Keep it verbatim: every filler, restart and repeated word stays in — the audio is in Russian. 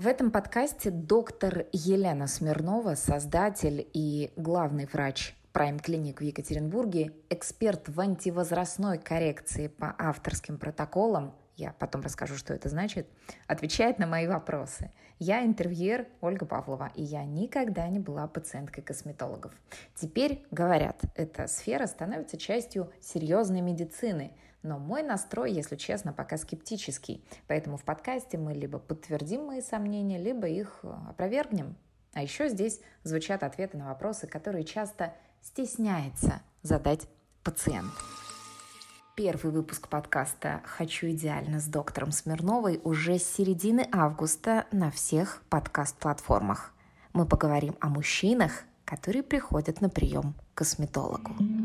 В этом подкасте доктор Елена Смирнова, создатель и главный врач Prime Clinic в Екатеринбурге, эксперт в антивозрастной коррекции по авторским протоколам, я потом расскажу, что это значит, отвечает на мои вопросы. Я интервьюер Ольга Павлова, и я никогда не была пациенткой косметологов. Теперь, говорят, эта сфера становится частью серьезной медицины, но мой настрой, если честно, пока скептический, поэтому в подкасте мы либо подтвердим мои сомнения, либо их опровергнем. А еще здесь звучат ответы на вопросы, которые часто стесняется задать пациент. Первый выпуск подкаста «Хочу идеально» с доктором Смирновой уже с середины августа на всех подкаст-платформах. Мы поговорим о мужчинах, которые приходят на прием к косметологу.